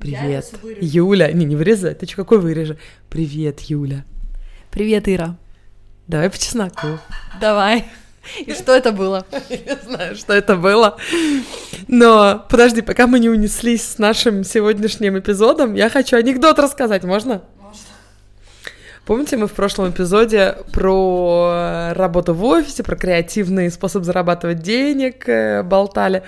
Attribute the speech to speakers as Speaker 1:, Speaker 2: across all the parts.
Speaker 1: Привет, Юля. Не вырезай. Ты что, какой вырежи? Привет, Юля.
Speaker 2: Привет, Ира.
Speaker 1: Давай по чесноку.
Speaker 2: Давай. И что это было?
Speaker 1: Я не знаю, что это было. Но подожди, пока мы не унеслись с нашим сегодняшним эпизодом, я хочу анекдот рассказать. Можно?
Speaker 2: Можно.
Speaker 1: Помните, мы в прошлом эпизоде про работу в офисе, про креативный способ зарабатывать денег болтали?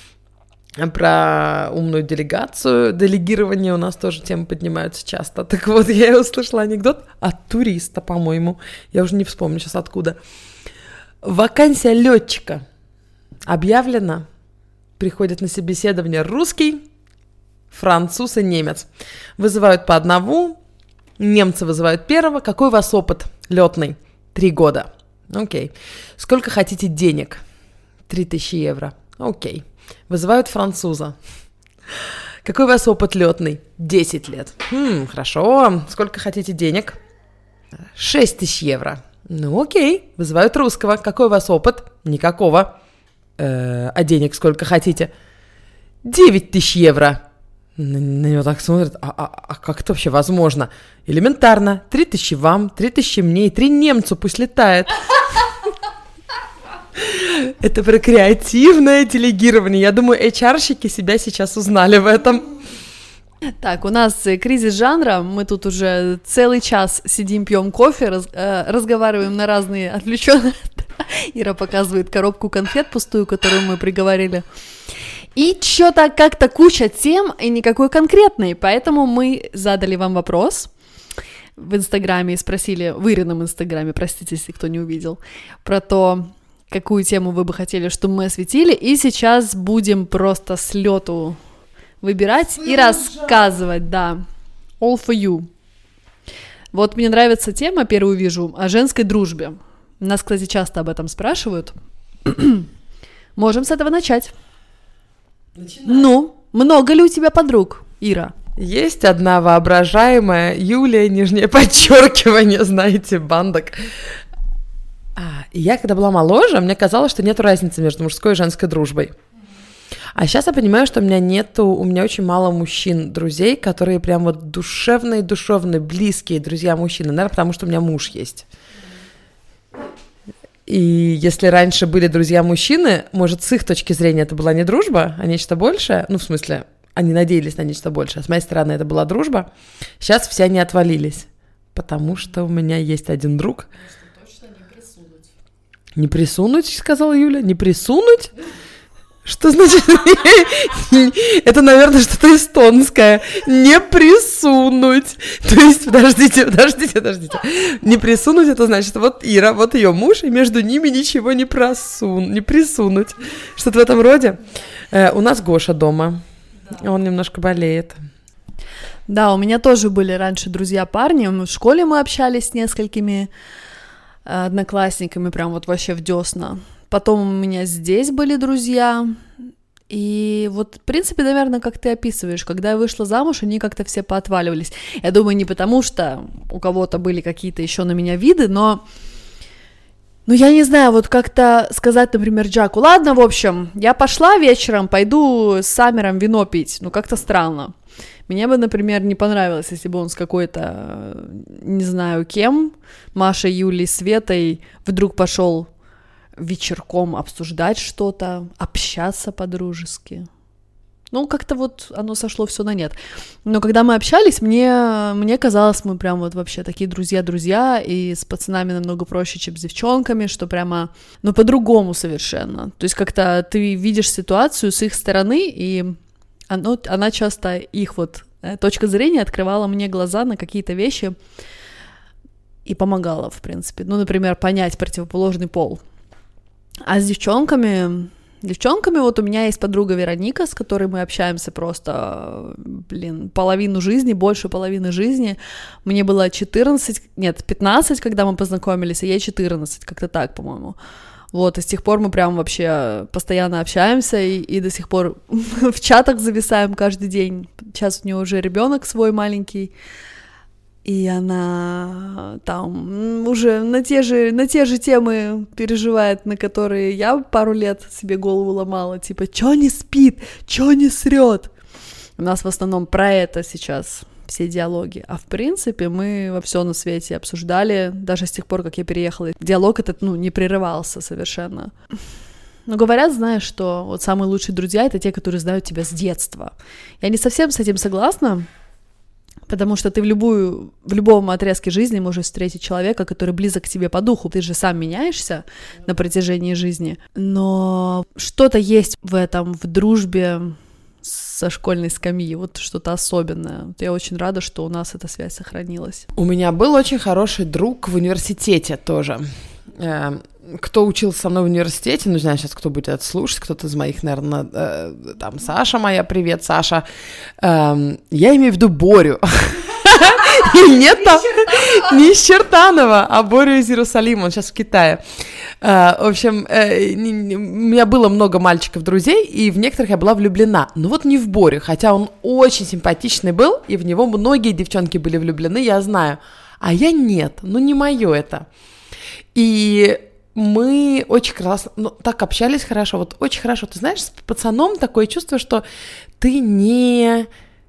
Speaker 1: Про умную делегацию, делегирование у нас тоже темы поднимаются часто. Так вот, я услышала анекдот от туриста, по-моему. Я уже не вспомню сейчас откуда. Вакансия летчика объявлена. Приходят на собеседование русский, француз и немец. Вызывают по одному, немцы вызывают первого. Какой у вас опыт летный? 3 года. Окей. Сколько хотите денег? 3000 евро. Окей. Вызывают француза. Какой у вас опыт летный? 10 лет. Хорошо. Сколько хотите денег? 6000 евро. Ну, окей. Вызывают русского. Какой у вас опыт? Никакого. А денег сколько хотите? 9000 евро. На него так смотрят. А как это вообще возможно? Элементарно. 3000 вам, 3000 мне и 3 немцу. Пусть летает. Это про креативное делегирование. Я думаю, HR-щики себя сейчас узнали в этом.
Speaker 2: Так, у нас кризис жанра. Мы тут уже целый час сидим, пьем кофе, разговариваем на разные отвлеченные. Ира показывает коробку конфет пустую, которую мы приговорили. И что-то как-то куча тем и никакой конкретной. Поэтому мы задали вам вопрос в Инстаграме и спросили, в Ирином Инстаграме, простите, если кто не увидел, про то, какую тему вы бы хотели, чтобы мы осветили, и сейчас будем просто с лету выбирать и рассказывать, да. All for you. Вот мне нравится тема, первую вижу, о женской дружбе. Нас, кстати, часто об этом спрашивают. Можем с этого начать. Начинаем. Ну, много ли у тебя подруг, Ира?
Speaker 1: Есть одна воображаемая Юлия, нижнее подчеркивание, знаете, бандок. Я, когда была моложе, мне казалось, что нет разницы между мужской и женской дружбой. А сейчас я понимаю, что у меня очень мало мужчин, друзей, которые прям вот душевные, близкие друзья мужчины. Наверное, потому что у меня муж есть. И если раньше были друзья мужчины, может, с их точки зрения это была не дружба, а нечто большее. Ну, в смысле, они надеялись на нечто большее. С моей стороны, это была дружба. Сейчас все они отвалились, потому что у меня есть один друг. Не присунуть, сказала Юля. Не присунуть? Что значит? Это, наверное, что-то эстонское. Не присунуть. То есть, подождите. Не присунуть, это значит, вот Ира, вот ее муж, и между ними ничего не присунуть. Что-то в этом роде. У нас Гоша дома. Он немножко болеет.
Speaker 2: Да, у меня тоже были раньше друзья-парни. В школе мы общались с несколькими одноклассниками, прям вот вообще в десна. Потом у меня здесь были друзья, и вот, в принципе, наверное, как ты описываешь, когда я вышла замуж, они как-то все поотваливались. Я думаю, не потому, что у кого-то были какие-то еще на меня виды, но я не знаю, вот как-то сказать, например, Джаку, ладно, в общем, я пошла вечером, пойду с Самером вино пить, как-то странно. Мне бы, например, не понравилось, если бы он с какой-то, не знаю кем, Машей, Юлей, Светой вдруг пошел вечерком обсуждать что-то, общаться по-дружески. Как-то вот оно сошло все на нет. Но когда мы общались, мне казалось, мы прям вот вообще такие друзья, и с пацанами намного проще, чем с девчонками, что прямо, по-другому совершенно. То есть как-то ты видишь ситуацию с их стороны, и она часто, их вот точка зрения открывала мне глаза на какие-то вещи и помогала, в принципе. Например, понять противоположный пол. А с девчонками вот у меня есть подруга Вероника, с которой мы общаемся просто, половину жизни, больше половины жизни. Мне было 15, когда мы познакомились, а ей 14, как-то так, по-моему. Вот, и с тех пор мы прям вообще постоянно общаемся и до сих пор в чатах зависаем каждый день. Сейчас у нее уже ребенок свой маленький, и она там уже на те же темы переживает, на которые я пару лет себе голову ломала, типа, чё не спит, чё не срёт. У нас в основном про это сейчас все диалоги. А в принципе мы во всем на свете обсуждали, даже с тех пор, как я переехала. Диалог этот, не прерывался совершенно. Но говорят, знаешь, что вот самые лучшие друзья — это те, которые знают тебя с детства. Я не совсем с этим согласна, потому что ты в любом отрезке жизни можешь встретить человека, который близок к тебе по духу. Ты же сам меняешься на протяжении жизни. Но что-то есть в этом, в дружбе со школьной скамьи, вот что-то особенное. Вот я очень рада, что у нас эта связь сохранилась.
Speaker 1: У меня был очень хороший друг в университете тоже. Кто учился со мной в университете, не знаю сейчас, кто будет это слушать, кто-то из моих, наверное, там, Саша моя, привет, Саша. Я имею в виду Борю. И нет там, не из Чертанова, а Борю из Иерусалима, он сейчас в Китае. В общем, у меня было много мальчиков-друзей, и в некоторых я была влюблена. Но вот не в Борю, хотя он очень симпатичный был, и в него многие девчонки были влюблены, я знаю. А я нет, не мое это. И мы очень классно, так общались хорошо, вот очень хорошо. Ты знаешь, с пацаном такое чувство, что ты не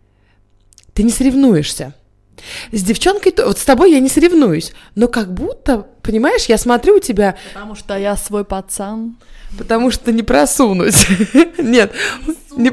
Speaker 1: соревнуешься. С девчонкой, вот с тобой я не соревнуюсь, но как будто, понимаешь, я смотрю у тебя...
Speaker 2: Потому что я свой пацан.
Speaker 1: Потому что не просунуть. Нет, не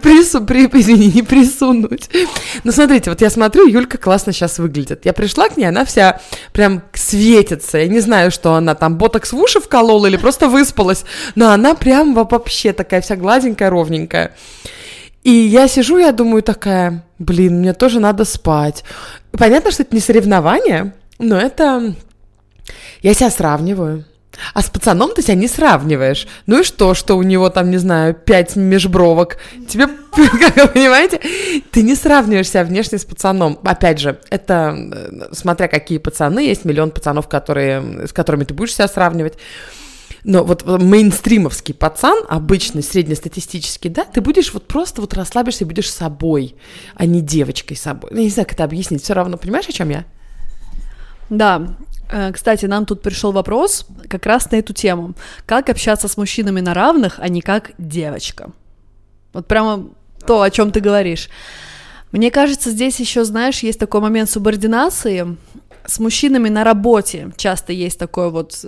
Speaker 1: присунуть. Ну, смотрите, вот я смотрю, Юлька классно сейчас выглядит. Я пришла к ней, она вся прям светится. Я не знаю, что она там ботокс в уши вколола или просто выспалась, но она прям вообще такая вся гладенькая, ровненькая. И я сижу, я думаю такая, мне тоже надо спать. Понятно, что это не соревнование, но это... Я себя сравниваю. А с пацаном ты себя не сравниваешь. Ну и что у него там, не знаю, 5 межбровок? Тебе, как вы понимаете, ты не сравниваешь себя внешне с пацаном. Опять же, это смотря какие пацаны, есть миллион пацанов, с которыми ты будешь себя сравнивать. Но вот мейнстримовский пацан, обычный, среднестатистический, да, ты будешь просто расслабишься и будешь собой, а не девочкой собой. Я не знаю, как это объяснить, все равно, понимаешь, о чем я?
Speaker 2: Да, кстати, нам тут пришел вопрос как раз на эту тему. Как общаться с мужчинами на равных, а не как девочка? Вот прямо то, о чем ты говоришь. Мне кажется, здесь еще, знаешь, есть такой момент субординации. С мужчинами на работе часто есть такая вот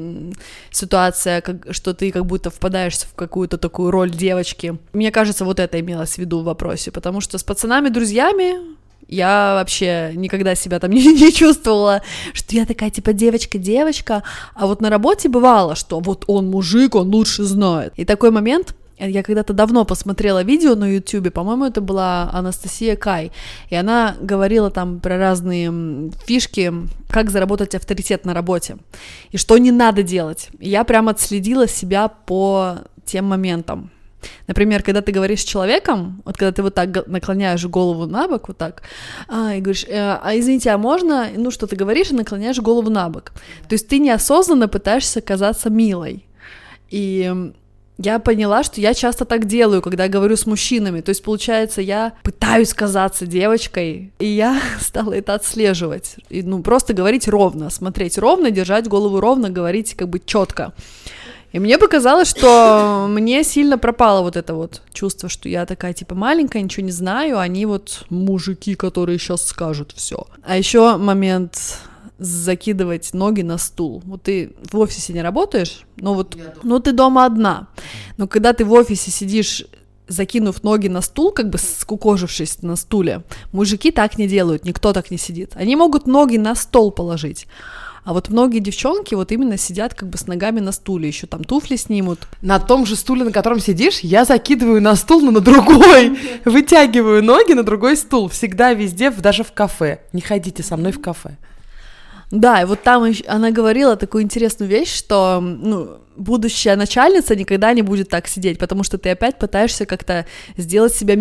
Speaker 2: ситуация, что ты как будто впадаешь в какую-то такую роль девочки. Мне кажется, вот это имелось в виду в вопросе, потому что с пацанами-друзьями я вообще никогда себя там не чувствовала, что я такая типа девочка, а вот на работе бывало, что вот он мужик, он лучше знает. И такой момент... Я когда-то давно посмотрела видео на YouTube, по-моему, это была Анастасия Кай, и она говорила там про разные фишки, как заработать авторитет на работе, и что не надо делать. И я прям отследила себя по тем моментам. Например, когда ты говоришь с человеком, вот когда ты вот так наклоняешь голову на бок, вот так, и говоришь, извините, а можно, что ты говоришь, и наклоняешь голову на бок. То есть ты неосознанно пытаешься казаться милой. И... я поняла, что я часто так делаю, когда говорю с мужчинами. То есть, получается, я пытаюсь казаться девочкой, и я стала это отслеживать. И, просто говорить ровно, смотреть ровно, держать голову ровно, говорить как бы четко. И мне показалось, что мне сильно пропало вот это вот чувство, что я такая типа маленькая, ничего не знаю, они вот мужики, которые сейчас скажут все. А еще момент... закидывать ноги на стул. Вот ты в офисе не работаешь, но ты дома одна. Но когда ты в офисе сидишь, закинув ноги на стул, как бы скукожившись на стуле, мужики так не делают, никто так не сидит. Они могут ноги на стол положить. А вот многие девчонки вот именно сидят как бы с ногами на стуле, еще там туфли снимут.
Speaker 1: На том же стуле, на котором сидишь, я закидываю на стул, но на другой. Вытягиваю ноги на другой стул. Всегда, везде, даже в кафе. Не ходите со мной в кафе.
Speaker 2: Да, и вот там она говорила такую интересную вещь, что будущая начальница никогда не будет так сидеть, потому что ты опять пытаешься как-то сделать себя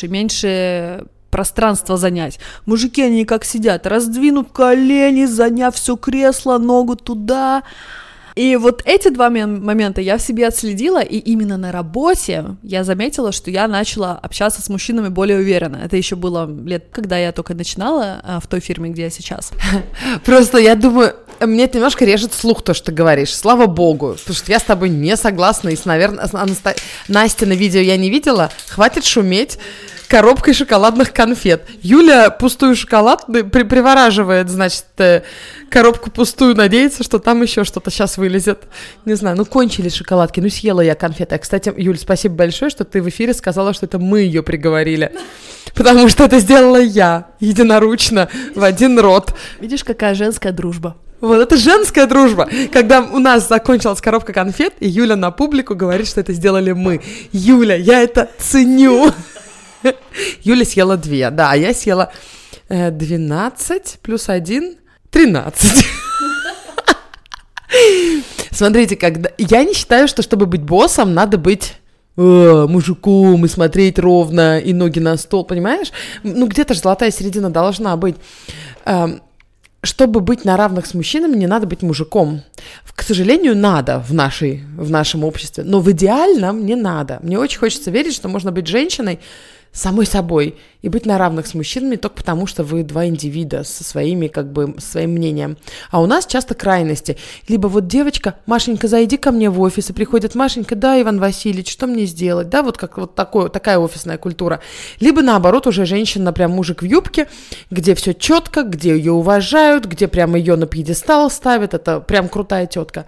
Speaker 2: меньше пространства занять. Мужики, они как сидят, раздвинут колени, заняв все кресло, ногу туда. И вот эти два момента я в себе отследила, и именно на работе я заметила, что я начала общаться с мужчинами более уверенно. Это еще было лет, когда я только начинала в той фирме, где я сейчас.
Speaker 1: Просто я думаю, мне это немножко режет слух, то, что ты говоришь. Слава богу, потому что я с тобой не согласна, и, наверное, Настя на видео я не видела. Хватит шуметь. коробкой шоколадных конфет. Юля пустую шоколадную привораживает, значит, коробку пустую, надеется, что там еще что-то сейчас вылезет. Не знаю, ну кончились шоколадки, ну съела я конфеты. Кстати, Юль, спасибо большое, что ты в эфире сказала, что это мы ее приговорили. Потому что это сделала я единоручно в один рот.
Speaker 2: Видишь, какая женская дружба.
Speaker 1: Вот это женская дружба. Когда у нас закончилась коробка конфет, и Юля на публику говорит, что это сделали мы. Юля, я это ценю. Юля съела 2, да, а я съела 12 плюс 1, 13. Смотрите, когда... Я не считаю, что чтобы быть боссом, надо быть... мужиком и смотреть ровно, и ноги на стол, понимаешь? Ну, где-то же золотая середина должна быть. Чтобы быть на равных с мужчинами, не надо быть мужиком. К сожалению, надо в нашем обществе, но в идеальном не надо. Мне очень хочется верить, что можно быть женщиной самой собой и быть на равных с мужчинами только потому, что вы два индивида со своими, своим мнением. А у нас часто крайности. Либо вот девочка, Машенька, зайди ко мне в офис, и приходит Машенька, да, Иван Васильевич, что мне сделать? Да, вот как вот такая офисная культура. Либо наоборот, уже женщина, прям мужик в юбке, где все четко, где ее уважают, где прям ее на пьедестал ставят, это прям крутая тетка.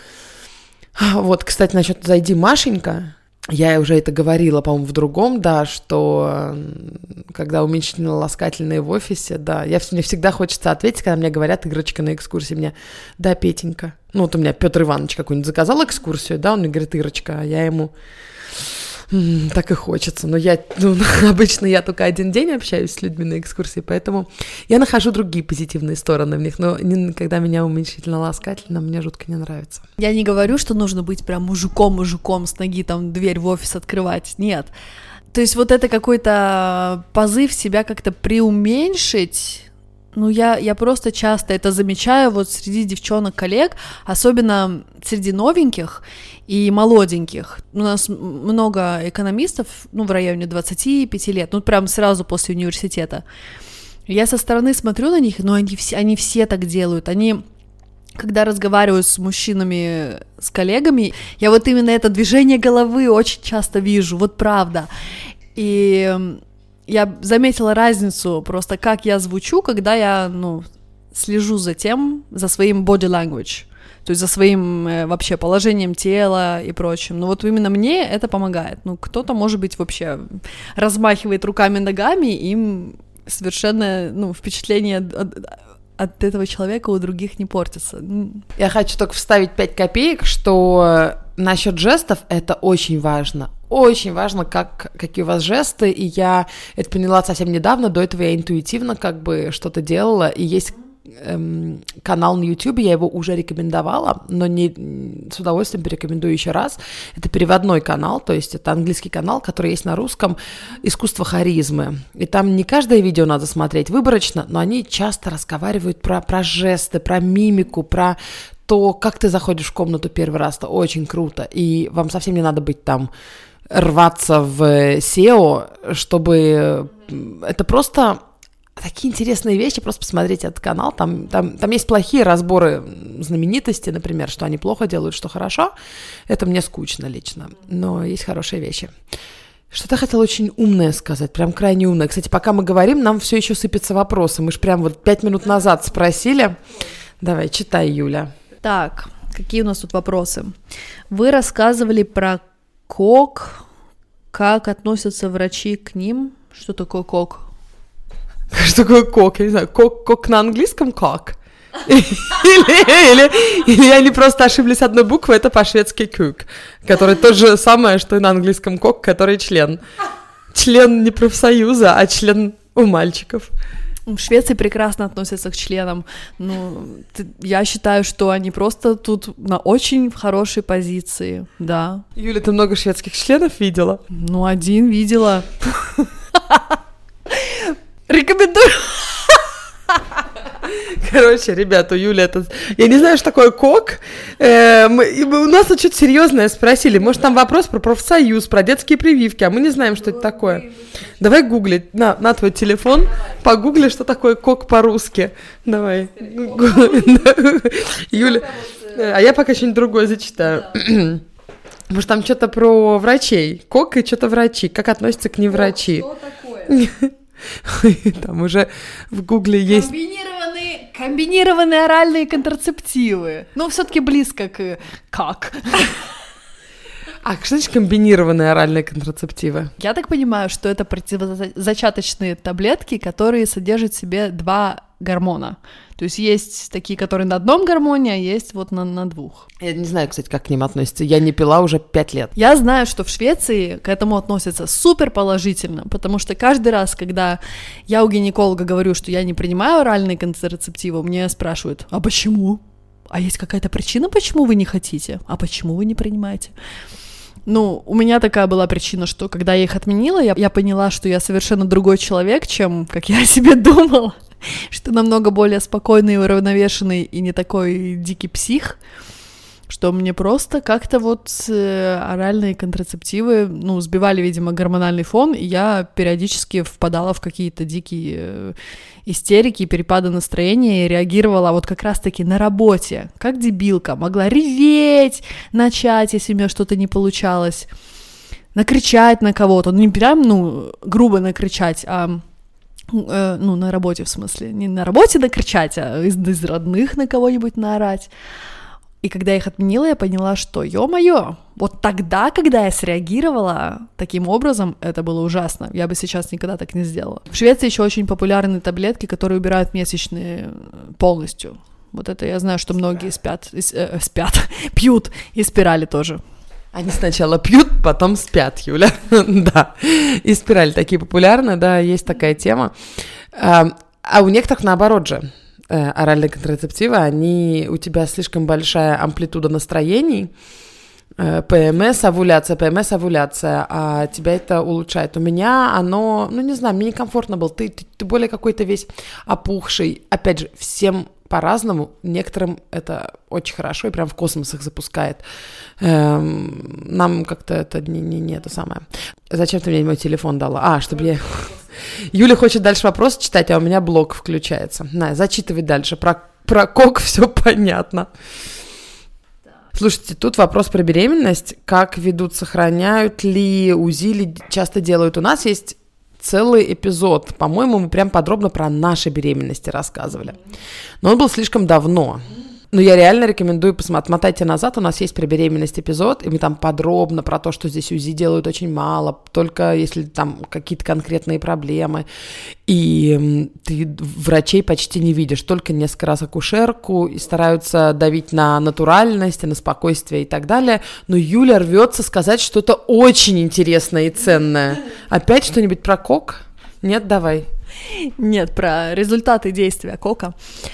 Speaker 1: Вот, кстати, насчет «зайди, Машенька», я уже это говорила, по-моему, в другом, да, что когда уменьшительно-ласкательные в офисе, да, мне всегда хочется ответить, когда мне говорят «Ирочка на экскурсии», мне «Да, Петенька». Ну, вот у меня Петр Иванович какую-нибудь заказал экскурсию, да, он мне говорит «Ирочка», а я ему так и хочется. Но обычно я только один день общаюсь с людьми на экскурсии, поэтому я нахожу другие позитивные стороны в них, но когда меня уменьшительно-ласкательно, мне жутко не нравится.
Speaker 2: Я не говорю, что нужно быть прям мужиком с ноги, там, дверь в офис открывать, нет. То есть вот это какой-то позыв себя как-то преуменьшить. Ну, я просто часто это замечаю вот среди девчонок-коллег, особенно среди новеньких и молоденьких. У нас много экономистов, в районе 25 лет, прям сразу после университета. Я со стороны смотрю на них, они все так делают, когда разговариваю с мужчинами, с коллегами, я вот именно это движение головы очень часто вижу, вот правда. И я заметила разницу просто, как я звучу, когда я, слежу за своим body language, то есть за своим вообще положением тела и прочим. Вот именно мне это помогает. Кто-то, может быть, вообще размахивает руками-ногами, им совершенно, впечатление от этого человека у других не портится.
Speaker 1: Я хочу только вставить 5 копеек, что насчет жестов это очень важно. Очень важно, какие у вас жесты, и я это поняла совсем недавно, до этого я интуитивно что-то делала, и есть канал на YouTube, я его уже рекомендовала, но не с удовольствием порекомендую еще раз. Это переводной канал, то есть это английский канал, который есть на русском, «Искусство харизмы». И там не каждое видео надо смотреть выборочно, но они часто разговаривают про жесты, про мимику, про то, как ты заходишь в комнату первый раз. Это очень круто. И вам совсем не надо быть там, рваться в SEO, чтобы... Это просто... Такие интересные вещи, просто посмотрите этот канал, там есть плохие разборы знаменитостей, например, что они плохо делают, что хорошо, это мне скучно лично, но есть хорошие вещи. Что-то я хотела очень умное сказать, прям крайне умное. Кстати, пока мы говорим, нам все еще сыпятся вопросы, мы же прям 5 минут назад спросили. Давай, читай, Юля.
Speaker 2: Так, какие у нас тут вопросы? Вы рассказывали про КОК, как относятся врачи к ним, что такое КОК?
Speaker 1: Что такое кок? Я не знаю, кок на английском как? Или они просто ошиблись одной буквой, это по-шведски кук, который то же самое, что и на английском кок, который член. Член не профсоюза, а член у мальчиков.
Speaker 2: В Швеции прекрасно относятся к членам. Я считаю, что они просто тут на очень хорошей позиции, да.
Speaker 1: Юля, ты много шведских членов видела?
Speaker 2: Один видела. Рекомендую.
Speaker 1: Короче, ребята, у Юли это... Я не знаю, что такое кок. У нас тут что-то серьезное спросили. Может, там вопрос про профсоюз, про детские прививки, а мы не знаем, что это такое. Давай гуглить. На твой телефон. Погугли, что такое кок по-русски. Давай. Юля... А я пока что-нибудь другое зачитаю. Может, там что-то про врачей. Кок и что-то врачи. Как относятся к ним врачи. Там уже в Гугле есть...
Speaker 2: Комбинированные оральные контрацептивы. Ну, все-таки близко к как.
Speaker 1: А что значит комбинированные оральные контрацептивы?
Speaker 2: Я так понимаю, что это противозачаточные таблетки, которые содержат в себе 2 гормона. То есть есть такие, которые на одном гормоне, а есть вот на 2.
Speaker 1: Я не знаю, кстати, как к ним относятся. Я не пила уже 5 лет.
Speaker 2: Я знаю, что в Швеции к этому относятся супер положительно, потому что каждый раз, когда я у гинеколога говорю, что я не принимаю оральные контрацептивы, мне спрашивают, а почему? А есть какая-то причина, почему вы не хотите? А почему вы не принимаете? Ну, у меня такая была причина, что когда я их отменила, я поняла, что я совершенно другой человек, чем как я о себе думала, что намного более спокойный и уравновешенный и не такой дикий псих, что мне просто как-то вот оральные контрацептивы, ну, сбивали, видимо, гормональный фон, и я периодически впадала в какие-то дикие истерики, перепады настроения и реагировала вот как раз-таки на работе, как дебилка, могла реветь, начать, если у меня что-то не получалось, накричать на кого-то, ну, не прям, ну, грубо накричать, а ну, на работе, в смысле, не на работе накричать, а из родных на кого-нибудь наорать. И когда я их отменила, я поняла, что, ё-моё, вот тогда, когда я среагировала таким образом, это было ужасно. Я бы сейчас никогда так не сделала. В Швеции еще очень популярны таблетки, которые убирают месячные полностью. Вот это я знаю, что многие пьют, и спирали тоже.
Speaker 1: Они сначала пьют, потом спят, Юля. Да, и спирали такие популярны, да, есть такая тема. А у некоторых наоборот же. Оральные контрацептивы, они у тебя слишком большая амплитуда настроений, ПМС, овуляция, а тебя это улучшает. У меня оно, ну не знаю, мне некомфортно было, ты более какой-то весь опухший, опять же, всем по-разному, некоторым это очень хорошо и прям в космос их запускает. Нам как-то это не это самое. Зачем ты мне мой телефон дала? Чтобы я... Юля хочет дальше вопрос читать, а у меня блог включается. На, зачитывай дальше. Про кок все понятно. Слушайте, тут вопрос про беременность. Как ведут, сохраняют ли, УЗИ ли часто делают? У нас есть целый эпизод. По-моему, мы прям подробно про наши беременности рассказывали. Но он был слишком давно. Но я реально рекомендую посмотреть. Отмотайте назад, у нас есть про беременность эпизод, и мы там подробно про то, что здесь УЗИ делают очень мало, только если там какие-то конкретные проблемы. И ты врачей почти не видишь, только несколько раз акушерку, и стараются давить на натуральность, на спокойствие и так далее. Но Юля рвется сказать что-то очень интересное и ценное. Опять что-нибудь про кок? Нет, давай.
Speaker 2: Нет, про результаты действия кока.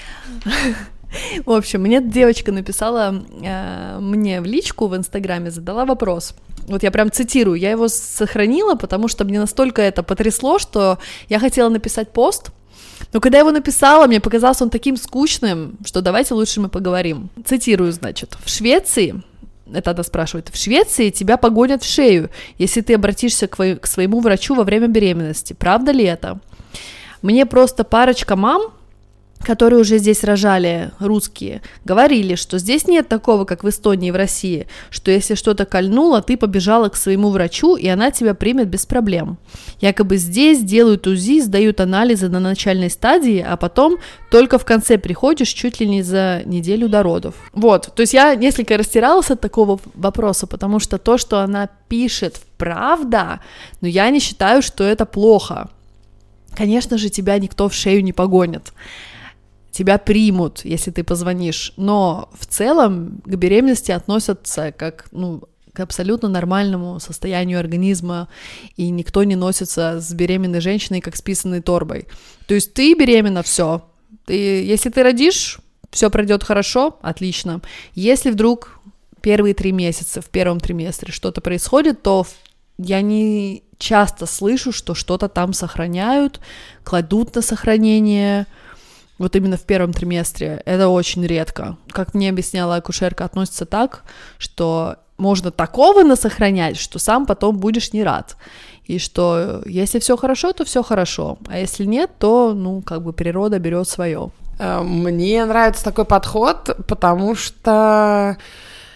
Speaker 2: В общем, мне девочка написала мне в личку в Инстаграме, задала вопрос. Вот я прям цитирую, я его сохранила, потому что мне настолько это потрясло, что я хотела написать пост, но когда я его написала, мне показался он таким скучным, что давайте лучше мы поговорим. Цитирую, значит, в Швеции, это она спрашивает, в Швеции тебя погонят в шею, если ты обратишься к своему врачу во время беременности. Правда ли это? Мне просто парочка мам, которые уже здесь рожали, русские, говорили, что здесь нет такого, как в Эстонии и в России, что если что-то кольнуло, ты побежала к своему врачу, и она тебя примет без проблем. Якобы здесь делают УЗИ, сдают анализы на начальной стадии, а потом только в конце приходишь чуть ли не за неделю до родов. Вот, то есть я несколько растиралась от такого вопроса, потому что то, что она пишет, правда, но я не считаю, что это плохо. Конечно же, тебя никто в шею не погонит. Тебя примут, если ты позвонишь, но в целом к беременности относятся как, к абсолютно нормальному состоянию организма, и никто не носится с беременной женщиной как с писаной торбой. То есть ты беременна, все. Если ты родишь, все пройдет хорошо, отлично. Если вдруг первые 3 месяца, в первом триместре что-то происходит, то я не часто слышу, что что-то там сохраняют, кладут на сохранение. Вот именно в первом триместре, это очень редко. Как мне объясняла акушерка, относится так, что можно такого насохранять, что сам потом будешь не рад. И что если все хорошо, то все хорошо, а если нет, то, природа берет свое.
Speaker 1: Мне нравится такой подход, потому что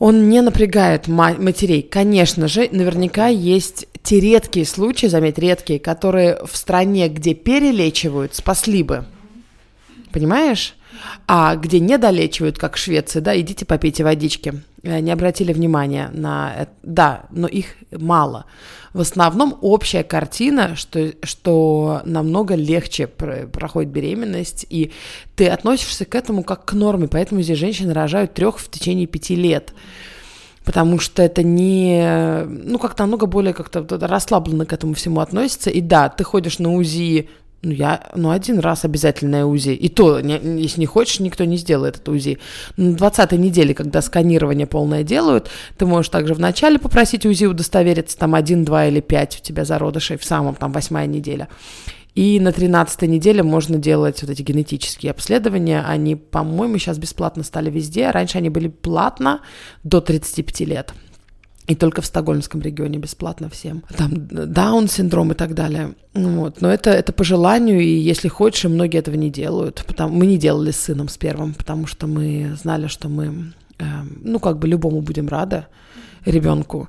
Speaker 1: Он не напрягает матерей. Конечно же, наверняка есть те редкие случаи, заметь, редкие, которые в стране, где перелечивают, спасли бы. Понимаешь? А где не долечивают, как в Швеции, да, идите попейте водички. Не обратили внимания на это. Да, но их мало. В основном общая картина, что намного легче проходит беременность, и ты относишься к этому как к норме, поэтому здесь женщины рожают 3 в течение 5 лет. Потому что это не... Ну, как-то намного более как-то расслабленно к этому всему относится. И да, ты ходишь на УЗИ. Один раз обязательное УЗИ. И то, если не хочешь, никто не сделает это УЗИ. На 20-й неделе, когда сканирование полное делают, ты можешь также вначале попросить УЗИ удостовериться, там 1, 2 или 5 у тебя зародышей, в самом, там, 8-я неделя. И на 13-й неделе можно делать вот эти генетические обследования. Они, по-моему, сейчас бесплатно стали везде. Раньше они были платно до 35 лет. И только в Стокгольмском регионе бесплатно всем. Там Даун-синдром и так далее. Вот. Но это по желанию, и если хочешь, и многие этого не делают. Мы не делали с сыном, с первым, потому что мы знали, что мы, любому будем рады, ребенку.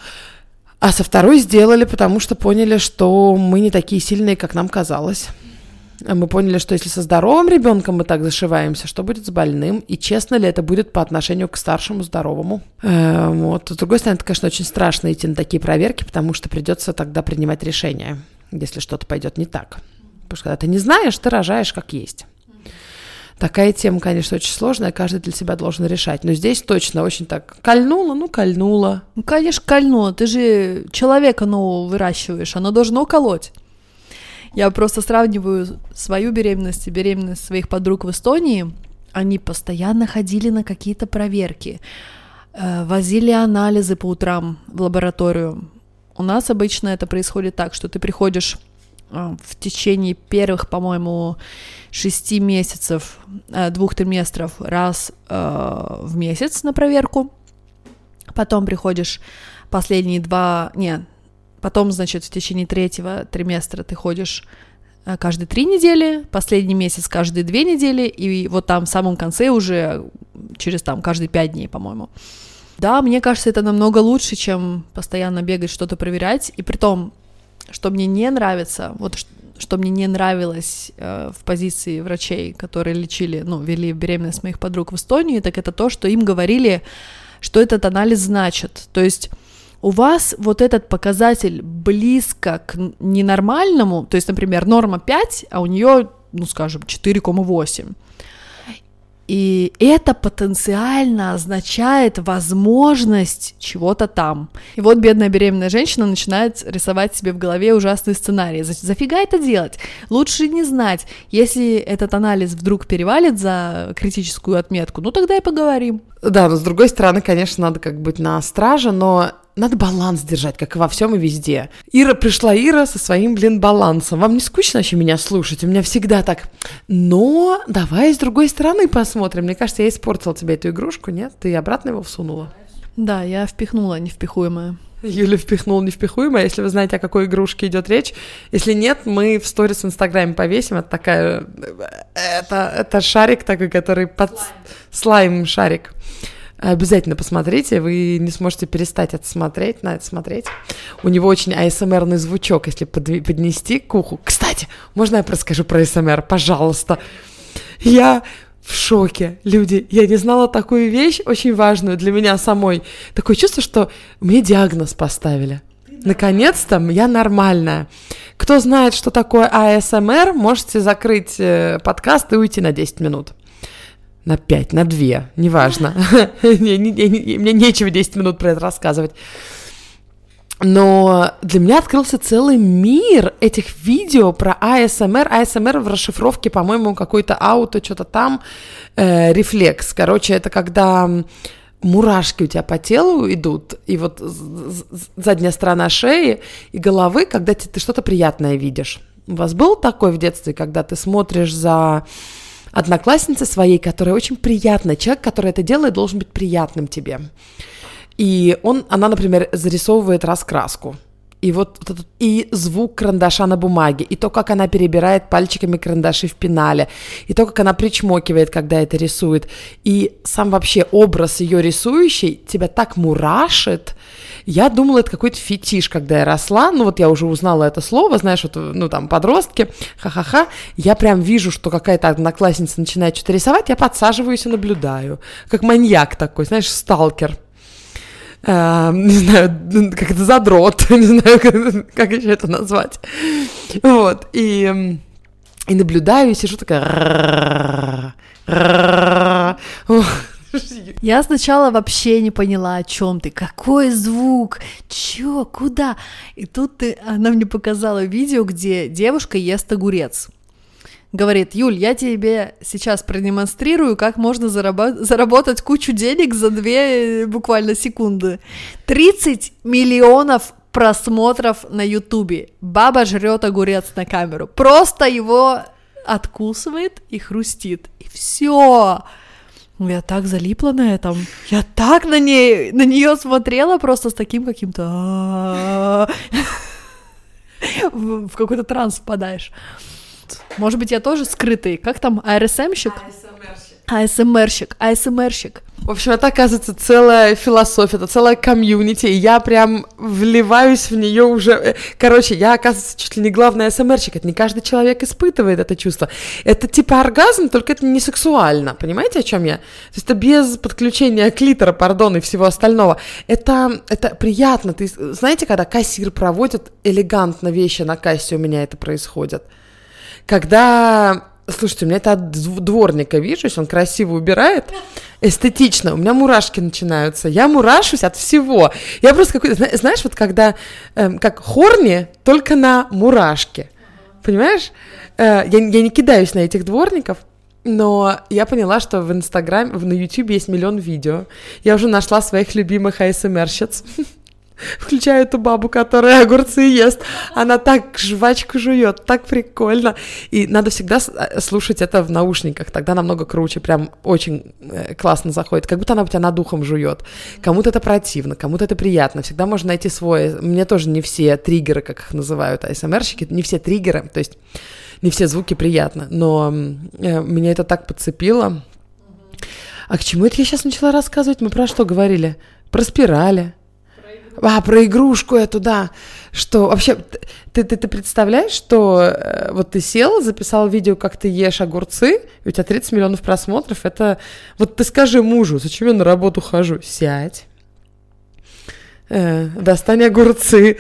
Speaker 1: А со второй сделали, потому что поняли, что мы не такие сильные, как нам казалось. Мы поняли, что если со здоровым ребенком мы так зашиваемся, что будет с больным, и честно ли это будет по отношению к старшему здоровому. Вот. С другой стороны, это, конечно, очень страшно идти на такие проверки, потому что придется тогда принимать решение, если что-то пойдет не так. Потому что когда ты не знаешь, ты рожаешь как есть. Такая тема, конечно, очень сложная, каждый для себя должен решать. Но здесь точно очень так кольнуло. Ну,
Speaker 2: конечно, кольнуло. Ты же человека нового выращиваешь, оно должно колоть. Я просто сравниваю свою беременность и беременность своих подруг в Эстонии. Они постоянно ходили на какие-то проверки, возили анализы по утрам в лабораторию. У нас обычно это происходит так, что ты приходишь в течение первых, по-моему, 6 месяцев, 2 триместров раз в месяц на проверку. Потом приходишь последние 2... Потом, значит, в течение 3-го триместра ты ходишь каждые 3 недели, последний месяц каждые 2 недели, и вот там в самом конце уже через каждые 5 дней, по-моему. Да, мне кажется, это намного лучше, чем постоянно бегать, что-то проверять, и при том, что мне не нравится, что мне не нравилось в позиции врачей, которые вели беременность моих подруг в Эстонии, так это то, что им говорили, что этот анализ значит, то есть у вас вот этот показатель близко к ненормальному, то есть, например, норма 5, а у нее, 4,8. И это потенциально означает возможность чего-то там. И вот бедная беременная женщина начинает рисовать себе в голове ужасный сценарий. Зафига это делать? Лучше не знать. Если этот анализ вдруг перевалит за критическую отметку, тогда и поговорим.
Speaker 1: Да, но с другой стороны, конечно, надо быть на страже, но надо баланс держать, как и во всем и везде. Пришла Ира со своим, балансом. Вам не скучно вообще меня слушать? У меня всегда так. Но давай с другой стороны посмотрим. Мне кажется, я испортила тебе эту игрушку, нет? Ты обратно его всунула?
Speaker 2: Да, я впихнула невпихуемое.
Speaker 1: Юля впихнула невпихуемое. Если вы знаете, о какой игрушке идет речь. Если нет, мы в сторис в Инстаграме повесим. Это такая... Это шарик такой, который слайм-шарик. Обязательно посмотрите, вы не сможете перестать на это смотреть. У него очень ASMR-ный звучок, если поднести к уху. Кстати, можно я расскажу про ASMR, пожалуйста? Я в шоке, люди. Я не знала такую вещь, очень важную для меня самой. Такое чувство, что мне диагноз поставили. Наконец-то я нормальная. Кто знает, что такое ASMR, можете закрыть подкаст и уйти на 10 минут. На 5, на 2, неважно. Мне нечего 10 минут про это рассказывать. Но для меня открылся целый мир этих видео про ASMR. ASMR в расшифровке, по-моему, какой-то что-то там, рефлекс. Короче, это когда мурашки у тебя по телу идут, и вот задняя сторона шеи и головы, когда ты что-то приятное видишь. У вас был такой в детстве, когда ты смотришь за одноклассницей своей, которая очень приятная. Человек, который это делает, должен быть приятным тебе. И она, например, зарисовывает раскраску. и вот этот, и звук карандаша на бумаге, и то, как она перебирает пальчиками карандаши в пенале, и то, как она причмокивает, когда это рисует, и сам вообще образ ее рисующий тебя так мурашит. Я думала, это какой-то фетиш, когда я росла, ну вот я уже узнала это слово, знаешь, вот, ну там подростки, ха-ха-ха, я прям вижу, что какая-то одноклассница начинает что-то рисовать, я подсаживаюсь и наблюдаю, как маньяк такой, знаешь, сталкер. Не знаю, как это, задрот, не знаю, как еще это назвать. Вот, и наблюдаю, и сижу такая...
Speaker 2: Я сначала вообще не поняла, о чем ты, какой звук, чё, куда. И тут она мне показала видео, где девушка ест огурец. Говорит: Юль, я тебе сейчас продемонстрирую, как можно заработать кучу денег за 2 буквально секунды. 30 миллионов просмотров на Ютубе. Баба жрет огурец на камеру. Просто его откусывает и хрустит. И все. Я так залипла на этом. Я так на нее смотрела просто с таким каким-то... В какой-то транс впадаешь. Может быть, я тоже скрытый. Как там? АСМРщик? АСМРщик.
Speaker 1: В общем, это, оказывается, целая философия, это целая комьюнити, и я прям вливаюсь в нее уже. Короче, я, оказывается, чуть ли не главный АСМРщик. Это не каждый человек испытывает это чувство. Это типа оргазм, только это не сексуально. Понимаете, о чем я? То есть это без подключения клитора, пардон, и всего остального. Это приятно. Знаете, когда кассир проводит элегантно вещи на кассе, у меня это происходит. Когда... Слушайте, у меня это от дворника вижу, если он красиво убирает, эстетично, у меня мурашки начинаются. Я мурашусь от всего. Я просто какой-то, знаешь, вот когда, как хорни, только на мурашки. Понимаешь? Я не кидаюсь на этих дворников, но я поняла, что в Инстаграме, на Ютубе есть миллион видео. Я уже нашла своих любимых АСМРщиц. Включаю эту бабу, которая огурцы ест. Она так жвачку жует, так прикольно. И надо всегда слушать это в наушниках, тогда намного круче, прям очень классно заходит. Как будто она у тебя над ухом жует. Кому-то это противно, кому-то это приятно. Всегда можно найти свой. Мне тоже не все триггеры, как их называют АСМРщики, не все триггеры, то есть не все звуки приятно. Но меня это так подцепило. А к чему это я сейчас начала рассказывать? Мы про что говорили? Про спирали. Про игрушку эту, да. Что вообще, ты представляешь, что вот ты сел, записал видео, как ты ешь огурцы, и у тебя 30 миллионов просмотров, это... Вот ты скажи мужу, зачем я на работу хожу? Сядь, достань огурцы.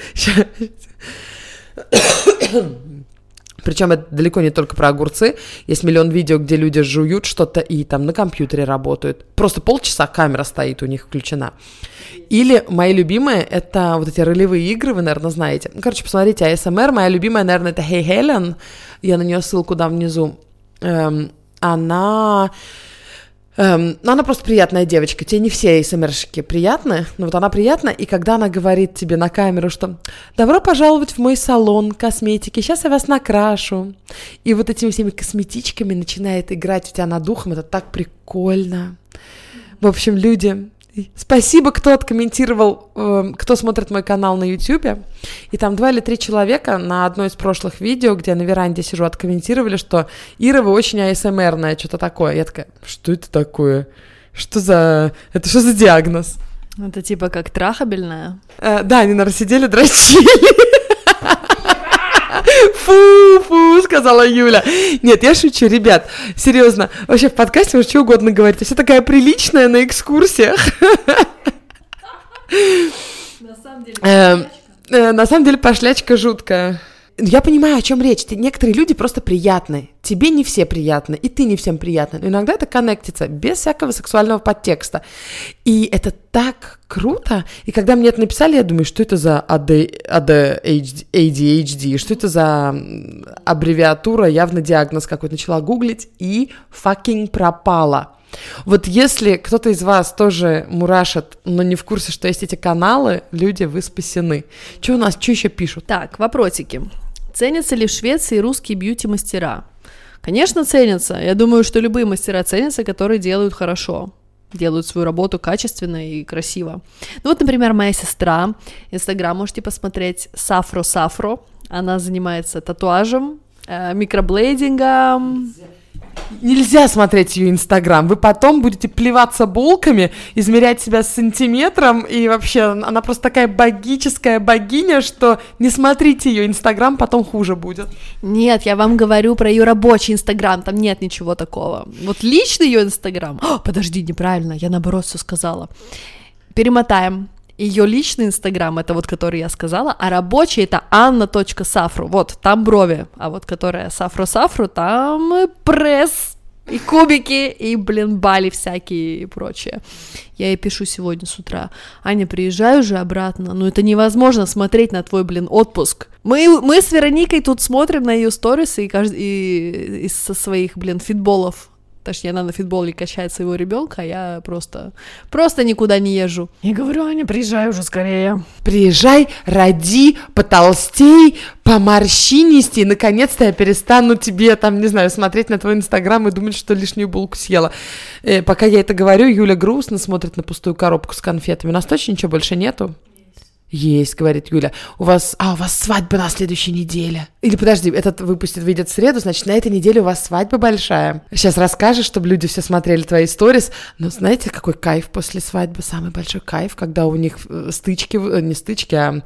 Speaker 1: Причем это далеко не только про огурцы. Есть миллион видео, где люди жуют что-то и там на компьютере работают. Просто полчаса камера стоит у них включена. Или мои любимые, это вот эти ролевые игры, вы, наверное, знаете. Короче, посмотрите, АСМР. Моя любимая, наверное, это Hey Helen. Я на нее ссылку дам внизу. Она просто приятная девочка. Тебе не все АСМРщики приятны, но вот она приятна, и когда она говорит тебе на камеру, что «Добро пожаловать в мой салон косметики, сейчас я вас накрашу», и вот этими всеми косметичками начинает играть у тебя над ухом, это так прикольно. В общем, люди... Спасибо, кто откомментировал, кто смотрит мой канал на YouTube. И там 2 или 3 человека на одной из прошлых видео, где я на веранде сижу, откомментировали, что «Ира, вы очень АСМРная», что-то такое. Я такая: что это такое? Это что за диагноз?
Speaker 2: Это типа как трахабельная?
Speaker 1: Да, они, наверное, сидели, дрочили. Фу, сказала Юля. Нет, я шучу, ребят, серьезно. Вообще в подкасте можно что угодно говорить. Я вся такая приличная на экскурсиях. На самом деле пошлячка жуткая. Я понимаю, о чем речь. Некоторые люди просто приятны. Тебе не все приятны, и ты не всем приятна. Но иногда это коннектится, без всякого сексуального подтекста. И это так круто. И когда мне это написали, я думаю, что это за ADHD, что это за аббревиатура, явно диагноз какой-то. Начала гуглить и fucking пропала. Вот если кто-то из вас тоже мурашит, но не в курсе, что есть эти каналы, люди, вы спасены. Что у нас, что еще пишут?
Speaker 2: Так, вопросики. Ценятся ли в Швеции русские бьюти-мастера? Конечно, ценятся. Я думаю, что любые мастера ценятся, которые делают хорошо. делают свою работу качественно и красиво. Ну вот, например, моя сестра, Инстаграм можете посмотреть, Сафро, она занимается татуажем, микроблейдингом.
Speaker 1: Нельзя смотреть ее Инстаграм, вы потом будете плеваться булками, измерять себя сантиметром, и вообще она просто такая богическая богиня, что не смотрите ее Инстаграм, потом хуже будет.
Speaker 2: Нет, я вам говорю про ее рабочий Инстаграм, там нет ничего такого. Вот личный ее Инстаграм, подожди, неправильно, я наоборот все сказала. Перемотаем. Ее личный Инстаграм, это вот, который я сказала, а рабочий — это anna.safru, вот, там брови, а вот, которая Сафро, там пресс, и кубики, и, бали всякие и прочее. Я ей пишу сегодня с утра: Аня, приезжай уже обратно, ну это невозможно смотреть на твой, отпуск. Мы с Вероникой тут смотрим на ее сторисы и со своих, фитболов. Точнее, она на фитболе качает своего ребенка, а я просто никуда не езжу. Я говорю: Аня, приезжай уже скорее.
Speaker 1: Приезжай, роди, потолстей, поморщинись, и наконец-то я перестану тебе, не знаю, смотреть на твой Инстаграм и думать, что лишнюю булку съела. Пока я это говорю, Юля грустно смотрит на пустую коробку с конфетами. У нас точно ничего больше нету? Есть, говорит Юля. У вас свадьба на следующей неделе. Или подожди, этот выйдет в среду, значит, на этой неделе у вас свадьба большая. Сейчас расскажешь, чтобы люди все смотрели твои сторис. Но знаете, какой кайф после свадьбы? Самый большой кайф, когда у них стычки, не стычки, а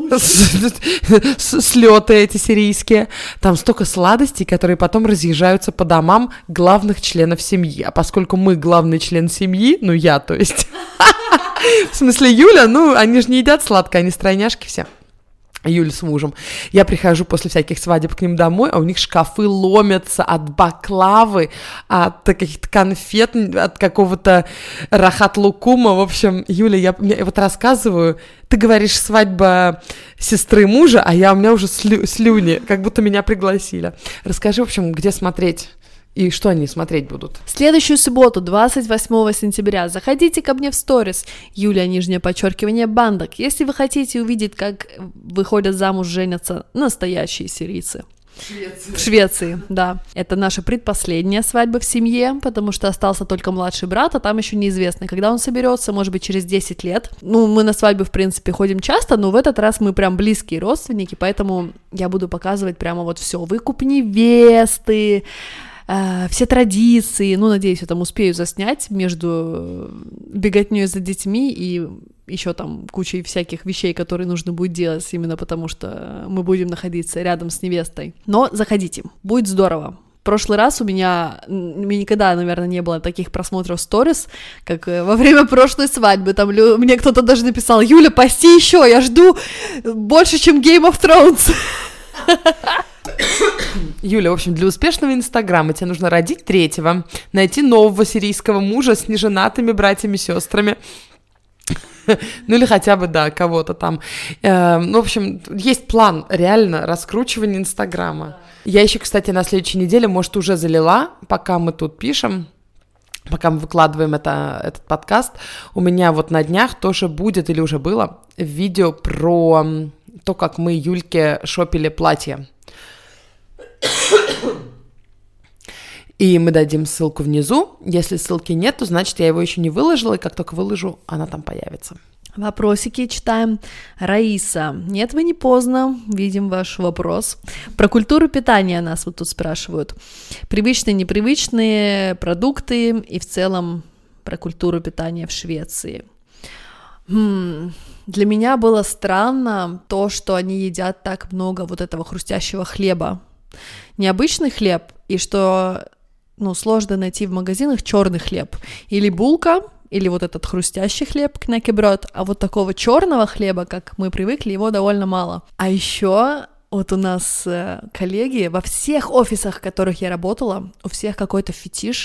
Speaker 1: слеты эти сирийские. Там столько сладостей, которые потом разъезжаются по домам главных членов семьи. А поскольку мы главный член семьи, я, то есть... В смысле, Юля, они же не едят сладкое, они стройняшки все. Юля с мужем. Я прихожу после всяких свадеб к ним домой, а у них шкафы ломятся от баклавы, от каких-то конфет, от какого-то рахат-лукума. В общем, Юля, я вот рассказываю, ты говоришь свадьба сестры мужа, а у меня уже слюни, как будто меня пригласили. Расскажи, в общем, где смотреть? И что они смотреть будут?
Speaker 2: Следующую субботу, 28 сентября, заходите ко мне в сторис, Юлия, _, Бандок, если вы хотите увидеть, как выходят замуж, женятся настоящие сирийцы. В Швеции, да. Это наша предпоследняя свадьба в семье, потому что остался только младший брат, а там еще неизвестно, когда он соберется, может быть, через 10 лет. Мы на свадьбу, в принципе, ходим часто, но в этот раз мы прям близкие родственники, поэтому я буду показывать прямо вот все. Выкуп невесты, все традиции, надеюсь, я там успею заснять между беготней за детьми и еще там кучей всяких вещей, которые нужно будет делать, именно потому что мы будем находиться рядом с невестой. Но заходите, будет здорово. В прошлый раз у меня никогда, наверное, не было таких просмотров сторис, как во время прошлой свадьбы. Там мне кто-то даже написал: Юля, пости еще, я жду больше, чем Game of Thrones.
Speaker 1: Юля, в общем, для успешного Инстаграма тебе нужно родить 3-го, найти нового сирийского мужа с неженатыми братьями-сестрами. Или хотя бы, кого-то там. В общем, есть план реально раскручивания Инстаграма. Я еще, кстати, на следующей неделе, может, уже залила, пока мы тут пишем, пока мы выкладываем этот подкаст, у меня вот на днях тоже будет, или уже было, видео про то, как мы Юльке шопили платье. И мы дадим ссылку внизу. Если ссылки нет, то значит, я его еще не выложила, и как только выложу, она там появится.
Speaker 2: Вопросики читаем. Раиса: нет, вы не поздно, видим ваш вопрос. Про культуру питания нас вот тут спрашивают. Привычные, непривычные продукты и в целом про культуру питания в Швеции. Для меня было странно то, что они едят так много вот этого хрустящего хлеба. Необычный хлеб, и что, сложно найти в магазинах черный хлеб. Или булка, или вот этот хрустящий хлеб, кнекеброд, а вот такого черного хлеба, как мы привыкли, его довольно мало. А еще вот у нас коллеги во всех офисах, в которых я работала, у всех какой-то фетиш.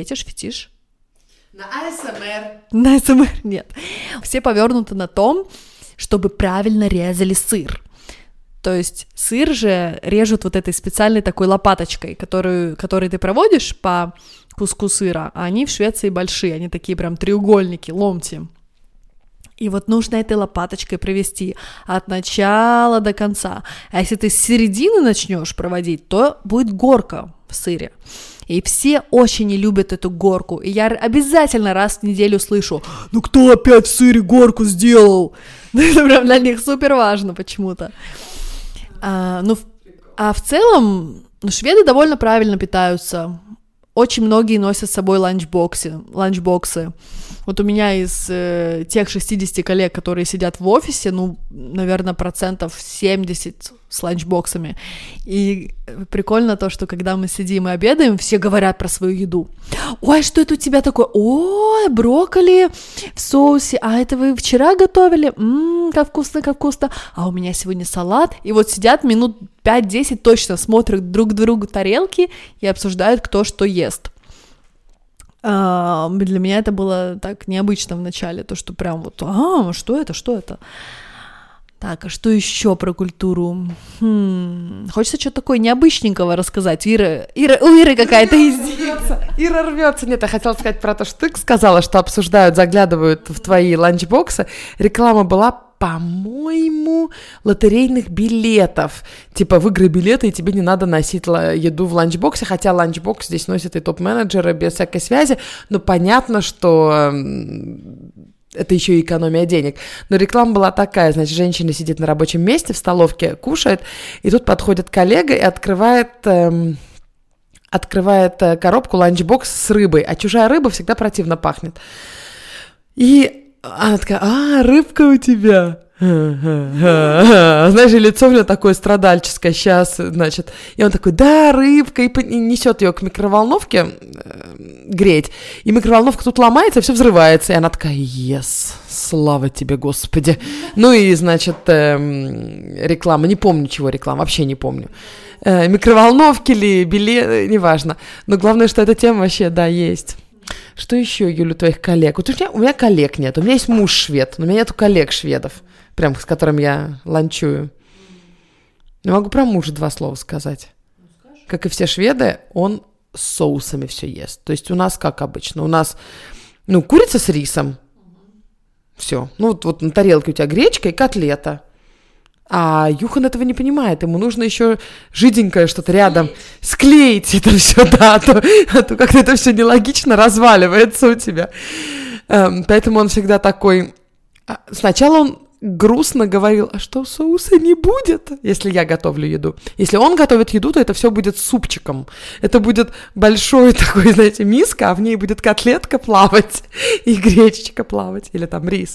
Speaker 1: На АСМР.
Speaker 2: На АСМР нет. Все повернуты на том, чтобы правильно резали сыр. То есть сыр же режут вот этой специальной такой лопаточкой, которой ты проводишь по куску сыра, а они в Швеции большие, они такие прям треугольники, ломти. И вот нужно этой лопаточкой провести от начала до конца. А если ты с середины начнешь проводить, то будет горка в сыре. И все очень не любят эту горку. И я обязательно раз в неделю слышу: ну кто опять в сыре горку сделал? Это прям для них супер важно почему-то. А в целом, шведы довольно правильно питаются. Очень многие носят с собой ланчбоксы. Вот у меня из тех 60 коллег, которые сидят в офисе, наверное, 70% с ланчбоксами. И прикольно то, что когда мы сидим и обедаем, все говорят про свою еду. Ой, что это у тебя такое? Ой, брокколи в соусе. А это вы вчера готовили? Как вкусно, как вкусно. А у меня сегодня салат. И вот сидят минут 5-10 точно, смотрят друг другу тарелки и обсуждают, кто что ест. Для меня это было так необычно в начале, то, что прям вот, что это? Так, а что еще про культуру? Хочется что-то такое необычненького рассказать. У Иры какая-то идея.
Speaker 1: Ира рвется. Нет, я хотела сказать про то, что ты сказала, что обсуждают, заглядывают в твои ланчбоксы. Реклама была, по-моему, лотерейных билетов. Типа, выиграй билеты, и тебе не надо носить еду в ланчбоксе, хотя ланчбокс здесь носят и топ-менеджеры без всякой связи, но понятно, что это еще и экономия денег. Но реклама была такая, значит, женщина сидит на рабочем месте в столовке, кушает, и тут подходит коллега и открывает коробку ланчбокс с рыбой, а чужая рыба всегда противно пахнет. И она такая: рыбка у тебя. Знаешь, лицо у него такое страдальческое сейчас, значит. И он такой: да, рыбка, и несет ее к микроволновке греть. И микроволновка тут ломается, все взрывается. И она такая: yes, слава тебе, Господи. Ну и, значит, реклама, не помню, чего реклама, вообще не помню. Микроволновки ли, билеты, неважно. Но главное, что эта тема вообще, да, есть. Что еще, Юля, у твоих коллег? Вот у меня коллег нет. У меня есть муж швед, но у меня нету коллег шведов, прям с которым я ланчую. Я могу про мужа 2 слова сказать. Как и все шведы, он с соусами все ест. То есть у нас как обычно. У нас, курица с рисом. Все. Вот на тарелке у тебя гречка и котлета. А Юхан этого не понимает, ему нужно еще жиденькое что-то рядом склеить это все, да, а то как-то это все нелогично разваливается у тебя. Поэтому он всегда такой... Сначала он грустно говорил: а что, соуса не будет, если я готовлю еду? Если он готовит еду, то это все будет супчиком. Это будет большой такой, знаете, миска, а в ней будет котлетка плавать и гречечка плавать, или там рис.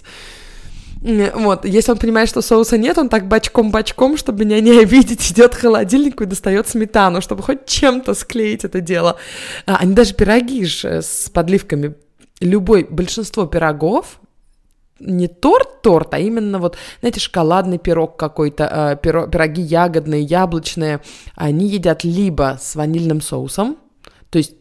Speaker 1: Вот, если он понимает, что соуса нет, он так бочком-бочком, чтобы меня не обидеть, идет к холодильнику и достает сметану, чтобы хоть чем-то склеить это дело. Они даже пироги же с подливками, большинство пирогов, не торт, а именно вот, знаете, шоколадный пирог какой-то, пироги ягодные, яблочные, они едят либо с ванильным соусом, то есть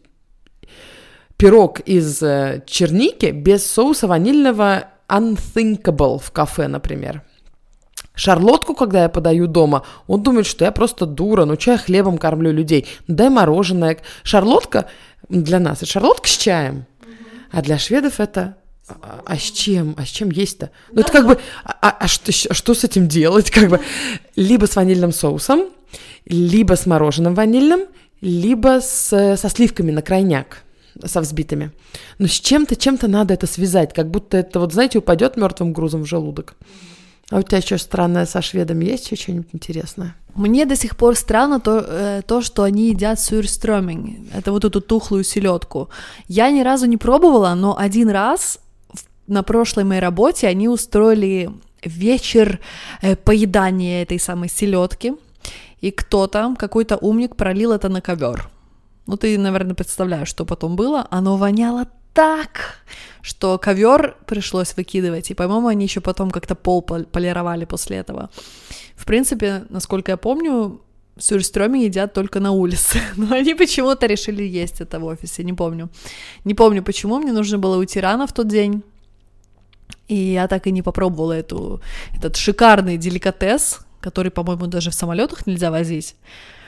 Speaker 1: пирог из черники без соуса ванильного unthinkable в кафе, например. Шарлотку, когда я подаю дома, он думает, что я просто дура, что я хлебом кормлю людей. Дай мороженое. Шарлотка для нас, это шарлотка с чаем, а для шведов это... А с чем? А с чем есть-то? Это как бы... что с этим делать? Как бы либо с ванильным соусом, либо с мороженым ванильным, либо со сливками на крайняк, со взбитыми. Но с чем-то надо это связать, как будто это, вот знаете, упадет мертвым грузом в желудок. А у тебя еще странное со шведами есть еще что-нибудь интересное?
Speaker 2: Мне до сих пор странно то, что они едят сюрстрёминг. Это вот эту тухлую селедку. Я ни разу не пробовала, но один раз на прошлой моей работе они устроили вечер поедания этой самой селедки, и какой-то умник пролил это на ковер. Ты, наверное, представляешь, что потом было. Оно воняло так, что ковер пришлось выкидывать, и, по-моему, они еще потом как-то пол полировали после этого. В принципе, насколько я помню, сюрстрёминг едят только на улице, но они почему-то решили есть это в офисе, не помню. Не помню, почему, мне нужно было уйти рано в тот день, и я так и не попробовала этот шикарный деликатес, который, по-моему, даже в самолетах нельзя возить.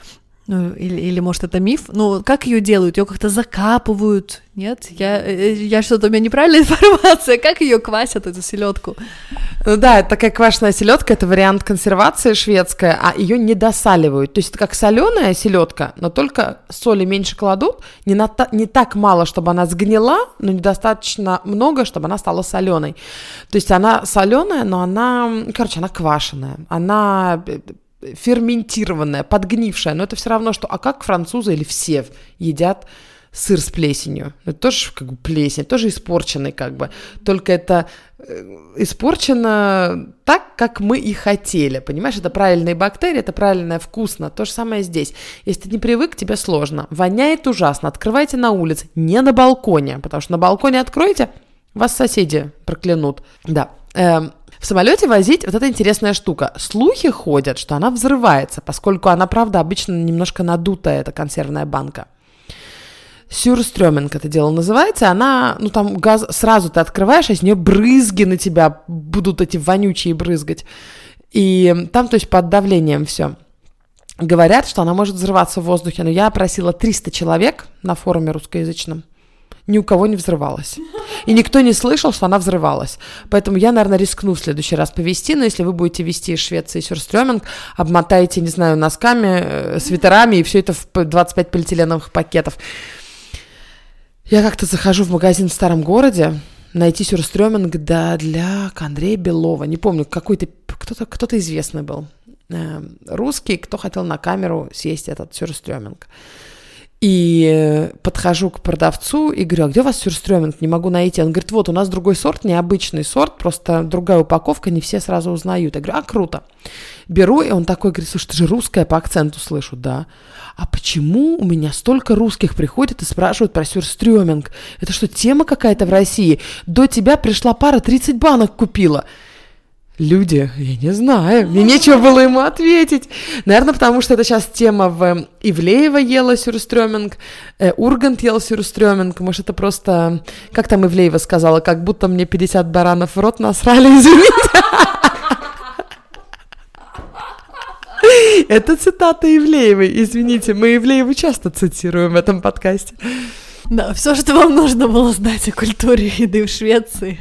Speaker 2: Ну, или может, это миф? Ну, как ее делают? Ее как-то закапывают? Нет? Я что-то, у меня неправильная информация. Как ее квасят, эту селедку?
Speaker 1: Ну да, это такая квашеная селедка, это вариант консервации шведская, а ее не досаливают. То есть это как соленая селедка, но только соли меньше кладут, не так мало, чтобы она сгнила, но недостаточно много, чтобы она стала соленой. То есть она соленая, но она квашеная, она ферментированная, подгнившая, но это все равно, что, а как французы или все едят сыр с плесенью? Это тоже как бы плесень, тоже испорченный как бы, только это испорчено так, как мы и хотели, понимаешь, это правильные бактерии, это правильное вкусно, то же самое здесь. Если ты не привык, тебе сложно, воняет ужасно, открывайте на улице, не на балконе, потому что на балконе откроете, вас соседи проклянут, да. В самолете возить вот эта интересная штука. Слухи ходят, что она взрывается, поскольку она, правда, обычно немножко надутая, эта консервная банка. Сюрстрёминг это дело называется. Она, ну там газ сразу ты открываешь, а из нее брызги на тебя будут эти вонючие брызгать. И там, то есть под давлением все. Говорят, что она может взрываться в воздухе, но я опросила 300 человек на форуме русскоязычном. Ни у кого не взрывалась. И никто не слышал, что она взрывалась. Поэтому я, наверное, рискну в следующий раз повезти, но если вы будете везти из Швеции сюрстрёминг, обмотаете, не знаю, носками, свитерами, и все это в 25 полиэтиленовых пакетов. Я как-то захожу в магазин в старом городе, найти сюрстрёминг для Андрея Белова. Не помню, кто-то известный был. Русский, кто хотел на камеру съесть этот сюрстрёминг. И подхожу к продавцу и говорю, а где у вас сюрстрёминг? Не могу найти. Он говорит, вот у нас другой сорт, необычный сорт, просто другая упаковка, не все сразу узнают. Я говорю, круто. Беру, и он такой говорит, слушай, ты же русская, по акценту слышу, да. А почему у меня столько русских приходят и спрашивают про сюрстрёминг? Это что, тема какая-то в России? До тебя пришла пара, 30 банок купила. Люди, я не знаю, мне нечего было ему ответить. Наверное, потому что это сейчас тема в Ивлеева ела сюрстрёминг, Ургант ел сюрстрёминг, может, это просто, как там Ивлеева сказала, как будто мне 50 баранов в рот насрали, извините. Это цитата Ивлеевой, извините, мы Ивлееву часто цитируем в этом подкасте.
Speaker 2: Да, все, что вам нужно было знать о культуре еды в Швеции.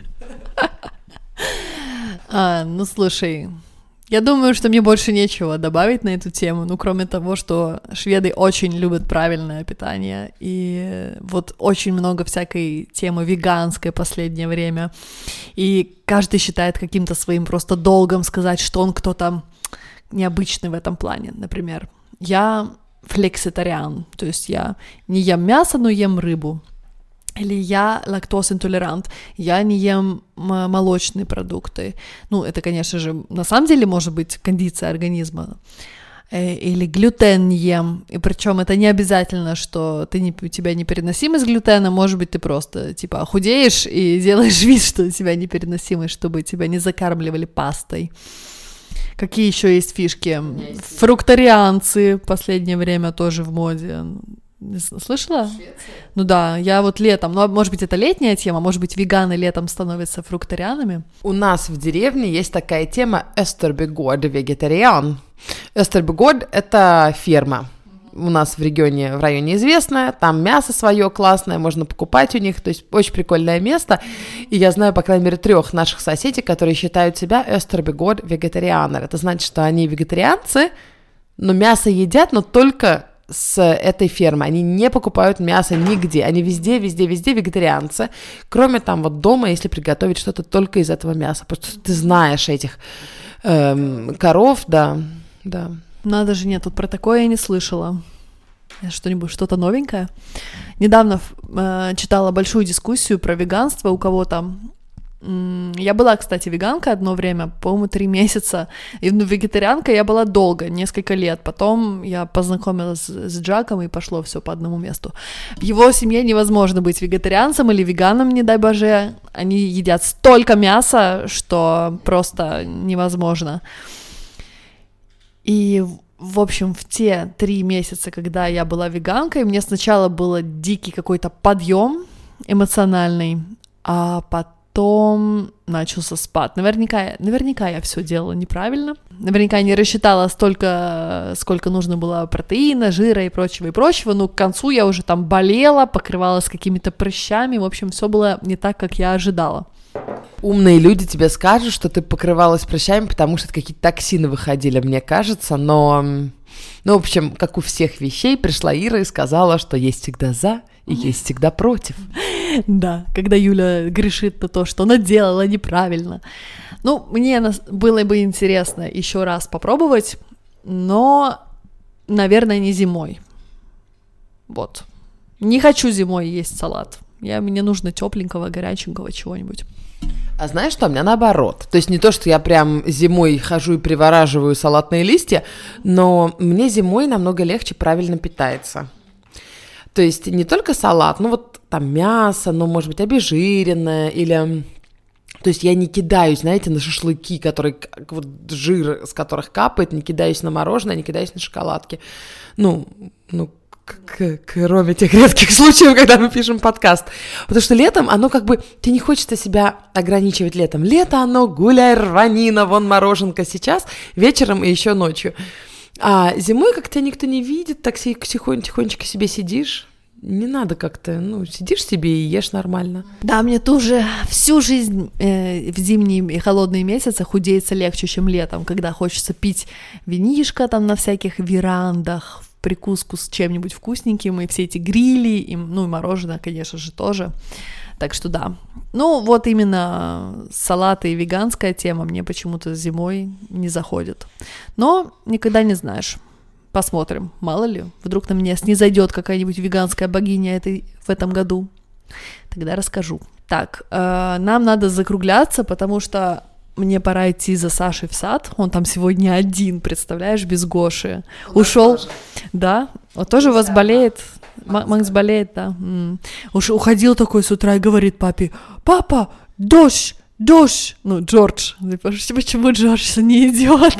Speaker 2: Ну, слушай, я думаю, что мне больше нечего добавить на эту тему, ну, кроме того, что шведы очень любят правильное питание, и вот очень много всякой темы веганской в последнее время, и каждый считает каким-то своим просто долгом сказать, что он кто-то необычный в этом плане. Например, я флекситариан, то есть я не ем мясо, но ем рыбу. Или я лактозинтолерант, я не ем молочные продукты. Ну, это, конечно же, на самом деле может быть кондиция организма. Или глютен не ем. И причем это не обязательно, что у тебя непереносимость глютена, может быть, ты просто, типа, худеешь и делаешь вид, что у тебя непереносимость, чтобы тебя не закармливали пастой. Какие еще есть фишки? Фруктарианцы в последнее время тоже в моде. Слышала? Ну да, я вот летом, ну, может быть, это летняя тема, может быть, веганы летом становятся фруктарианами.
Speaker 1: У нас в деревне есть такая тема Österbygård вегетариан. Österbygård — это ферма. У нас в регионе, в районе известная, там мясо свое классное, можно покупать у них, то есть очень прикольное место. И я знаю, по крайней мере, 3 наших соседей, которые считают себя Österbygård вегетарианер. Это значит, что они вегетарианцы, но мясо едят, но только с этой фермы. Они не покупают мясо нигде. Они везде вегетарианцы. Кроме там вот дома, если приготовить что-то только из этого мяса. Потому что ты знаешь этих коров, да.
Speaker 2: Надо же, нет, тут про такое я не слышала. Что-то новенькое. Недавно читала большую дискуссию про веганство у кого-то. Я была, кстати, веганка одно время, по-моему, 3 месяца. И вегетарианка я была долго, несколько лет. Потом я познакомилась с Джаком, и пошло все по одному месту. В его семье невозможно быть вегетарианцем или веганом, не дай боже. Они едят столько мяса, что просто невозможно. И, в общем, в те 3 месяца, когда я была веганкой, мне сначала был дикий какой-то подъем эмоциональный, а потом Потом начался спад. Наверняка я все делала неправильно. Наверняка я не рассчитала столько, сколько нужно было протеина, жира и прочего. Но к концу я уже там болела, покрывалась какими-то прыщами. В общем, все было не так, как я ожидала.
Speaker 1: Умные люди тебе скажут, что ты покрывалась прыщами, потому что какие-то токсины выходили, мне кажется, но... Ну, в общем, как у всех вещей, пришла Ира и сказала, что есть всегда за и есть всегда против.
Speaker 2: Да, когда Юля грешит на то, что она делала неправильно. Ну, мне было бы интересно еще раз попробовать, но, наверное, не зимой. Вот. Не хочу зимой есть салат. Мне нужно тепленького, горяченького чего-нибудь.
Speaker 1: А знаешь что, у меня наоборот. То есть не то, что я прям зимой хожу и привораживаю салатные листья, но мне зимой намного легче правильно питается. То есть не только салат, ну вот там мясо, ну, может быть, обезжиренное или... То есть я не кидаюсь, знаете, на шашлыки, которые, вот жир, с которых капает, не кидаюсь на мороженое, не кидаюсь на шоколадки. Ну, кроме тех редких случаев, когда мы пишем подкаст. Потому что летом оно как бы... Тебе не хочется себя ограничивать летом. Лето оно, гуляй, рванина, вон мороженка сейчас, вечером и еще ночью. А зимой, как тебя никто не видит, так тихонечко себе сидишь. Не надо как-то, сидишь себе и ешь нормально.
Speaker 2: Да, мне тоже всю жизнь в зимние и холодные месяцы худеется легче, чем летом, когда хочется пить винишко там на всяких верандах, в прикуску с чем-нибудь вкусненьким, и все эти грили, и мороженое, конечно же, тоже. Так что да. Ну, вот именно салаты и веганская тема мне почему-то зимой не заходит. Но никогда не знаешь. Посмотрим, мало ли, вдруг на меня снизойдет какая-нибудь веганская богиня в этом году. Тогда расскажу. Так, нам надо закругляться, потому что мне пора идти за Сашей в сад. Он там сегодня один, представляешь, без Гоши. Ушел. Да? Он тоже у вас болеет? Макс болеет, да. Уж уходил такой с утра и говорит папе: «Папа, дождь! Ну, Джордж. Почему Джордж не идет?»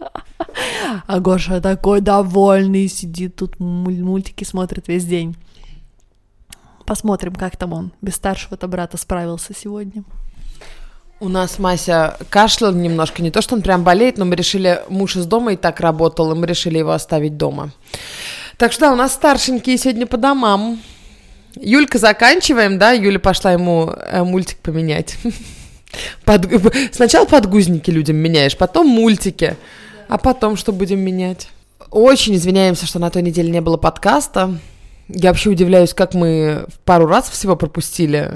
Speaker 2: А Гоша такой довольный, сидит тут, мультики смотрит весь день. Посмотрим, как там он без старшего-то брата справился сегодня.
Speaker 1: У нас Мася кашлял немножко, не то, что он прям болеет, но мы решили, муж из дома и так работал, и мы решили его оставить дома. Так что да, у нас старшенькие сегодня по домам. Юлька, заканчиваем, да? Юля пошла ему мультик поменять. Сначала подгузники людям меняешь, потом мультики. А потом что будем менять? Очень извиняемся, что на той неделе не было подкаста. Я вообще удивляюсь, как мы пару раз всего пропустили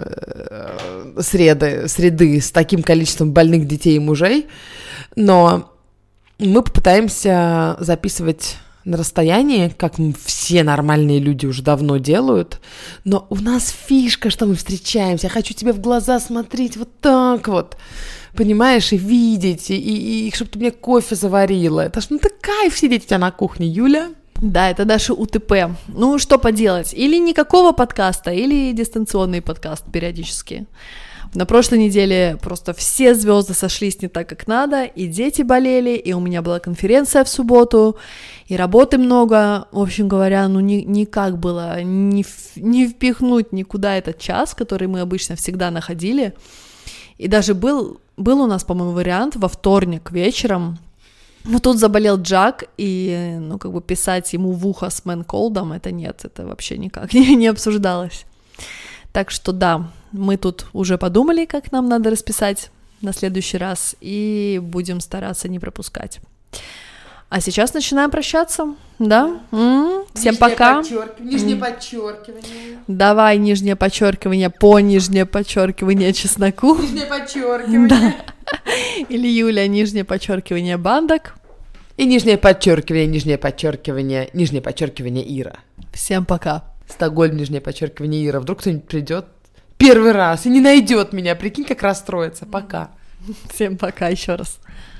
Speaker 1: среды с таким количеством больных детей и мужей. Но мы попытаемся записывать на расстоянии, как все нормальные люди уже давно делают. Но у нас фишка, что мы встречаемся. Я хочу тебе в глаза смотреть вот так вот. Понимаешь, и видеть, и чтобы ты мне кофе заварила. Это ж, кайф сидеть у тебя на кухне, Юля.
Speaker 2: Да, это даже УТП. Ну, что поделать? Или никакого подкаста, или дистанционный подкаст периодически. На прошлой неделе просто все звезды сошлись не так, как надо, и дети болели, и у меня была конференция в субботу, и работы много. В общем говоря, никак было не впихнуть никуда этот час, который мы обычно всегда находили. И даже был у нас, по-моему, вариант во вторник вечером, но тут заболел Джак, и, писать ему в ухо с мэн-колдом, это вообще никак не обсуждалось. Так что да, мы тут уже подумали, как нам надо расписать на следующий раз, и будем стараться не пропускать. А сейчас начинаем прощаться, да? Всем пока.
Speaker 1: Нижнее подчеркивание.
Speaker 2: Давай нижнее подчеркивание по нижнее подчеркивание чесноку.
Speaker 1: Нижнее подчеркивание.
Speaker 2: Да. Или Юля, нижнее подчеркивание бандок.
Speaker 1: И нижнее подчеркивание Ира.
Speaker 2: Всем пока.
Speaker 1: Стокгольм, нижнее подчеркивание Ира. Вдруг кто-нибудь придет первый раз и не найдет меня. Прикинь, как расстроится. Пока.
Speaker 2: Всем пока еще раз.